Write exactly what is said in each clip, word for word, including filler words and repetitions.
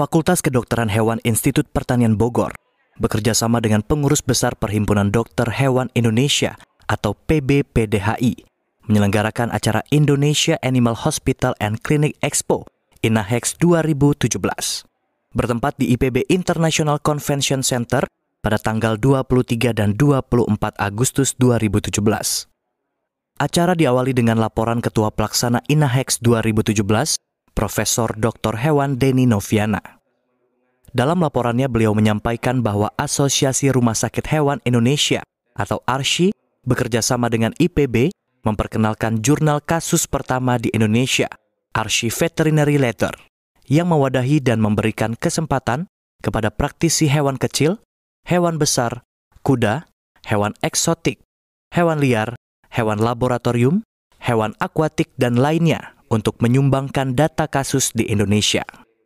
Fakultas Kedokteran Hewan Institut Pertanian Bogor bekerja sama dengan Pengurus Besar Perhimpunan Dokter Hewan Indonesia atau P B P D H I menyelenggarakan acara Indonesia Animal Hospital and Clinic Expo INAHEX dua ribu tujuh belas. Bertempat di I P B International Convention Center pada tanggal dua puluh tiga dan dua puluh empat Agustus dua ribu tujuh belas. Acara diawali dengan laporan Ketua Pelaksana INAHEX dua ribu tujuh belas, Profesor Doktor Hewan Denny Noviana. Dalam laporannya beliau menyampaikan bahwa Asosiasi Rumah Sakit Hewan Indonesia atau A R S I bekerja sama dengan I P B memperkenalkan jurnal kasus pertama di Indonesia, A R S I Veterinary Letter, yang mewadahi dan memberikan kesempatan kepada praktisi hewan kecil, hewan besar, kuda, hewan eksotik, hewan liar, hewan laboratorium, hewan akuatik, dan lainnya untuk menyumbangkan data kasus di Indonesia.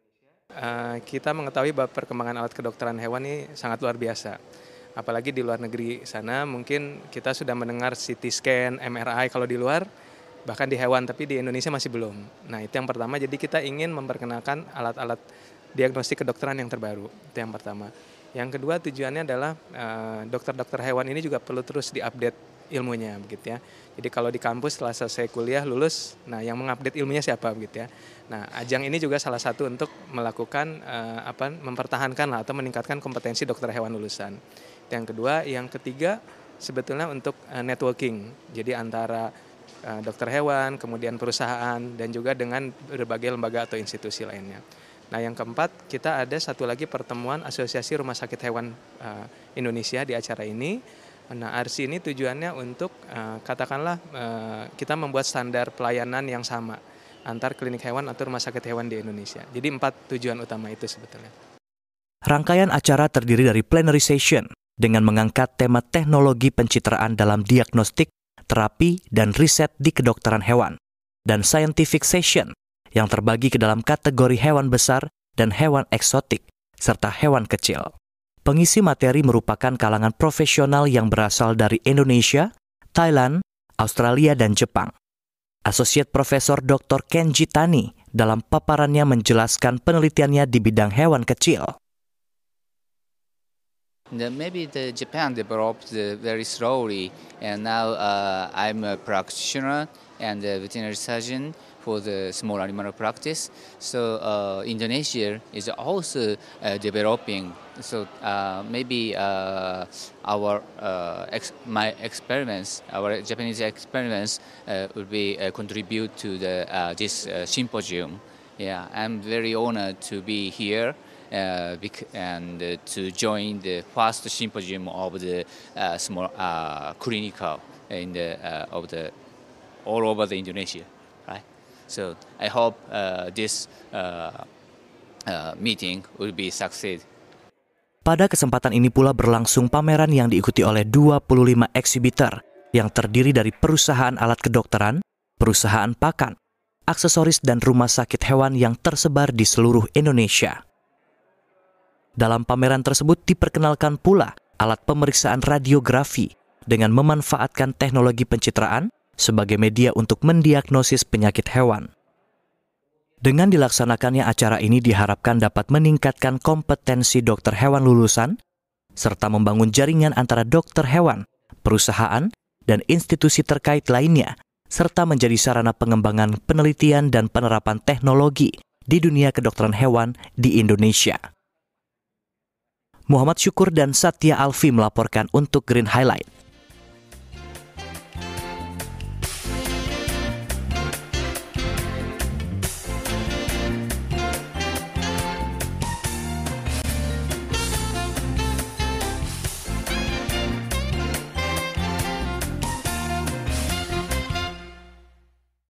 Uh, kita mengetahui bahwa perkembangan alat kedokteran hewan ini sangat luar biasa. Apalagi di luar negeri sana mungkin kita sudah mendengar C T scan, M R I kalau di luar, bahkan di hewan, tapi di Indonesia masih belum. Nah itu yang pertama, jadi kita ingin memperkenalkan alat-alat diagnostik kedokteran yang terbaru, itu yang pertama. Yang kedua tujuannya adalah uh, dokter-dokter hewan ini juga perlu terus diupdate ilmunya, begitu ya. Jadi kalau di kampus setelah selesai kuliah lulus, nah yang mengupdate ilmunya siapa, begitu ya. Nah ajang ini juga salah satu untuk melakukan uh, apa, mempertahankan lah, atau meningkatkan kompetensi dokter hewan lulusan. Yang kedua, yang ketiga sebetulnya untuk uh, networking. Jadi antara uh, dokter hewan, kemudian perusahaan, dan juga dengan berbagai lembaga atau institusi lainnya. Nah yang keempat, kita ada satu lagi pertemuan Asosiasi Rumah Sakit Hewan uh, Indonesia di acara ini. Nah A R S I ini tujuannya untuk uh, katakanlah uh, kita membuat standar pelayanan yang sama antar klinik hewan atau rumah sakit hewan di Indonesia. Jadi empat tujuan utama itu sebetulnya. Rangkaian acara terdiri dari plenary session dengan mengangkat tema teknologi pencitraan dalam diagnostik, terapi, dan riset di kedokteran hewan, dan scientific session yang terbagi ke dalam kategori hewan besar dan hewan eksotik, serta hewan kecil. Pengisi materi merupakan kalangan profesional yang berasal dari Indonesia, Thailand, Australia, dan Jepang. Asosiat Profesor Doktor Kenji Tani dalam paparannya menjelaskan penelitiannya di bidang hewan kecil. The, maybe the Japan developed uh, very slowly, and now uh, I'm a practitioner and a veterinary surgeon for the small animal practice. So uh, Indonesia is also uh, developing. So uh, maybe uh, our uh, ex my experiments, our Japanese experiments, uh, will be uh, contribute to the uh, this uh, symposium. Yeah, I'm very honored to be here. Uh, and uh, to join the first symposium of the uh, small uh, clinical in the uh, of the all over the Indonesia, right? So I hope uh, this uh, uh, meeting will be succeed. Pada kesempatan ini pula berlangsung pameran yang diikuti oleh dua puluh lima eksibitor yang terdiri dari perusahaan alat kedokteran, perusahaan pakan, aksesoris, dan rumah sakit hewan yang tersebar di seluruh Indonesia. Dalam pameran tersebut diperkenalkan pula alat pemeriksaan radiografi dengan memanfaatkan teknologi pencitraan sebagai media untuk mendiagnosis penyakit hewan. Dengan dilaksanakannya acara ini diharapkan dapat meningkatkan kompetensi dokter hewan lulusan, serta membangun jaringan antara dokter hewan, perusahaan, dan institusi terkait lainnya, serta menjadi sarana pengembangan penelitian dan penerapan teknologi di dunia kedokteran hewan di Indonesia. Muhammad Syukur dan Satya Alfi melaporkan untuk Green Highlight.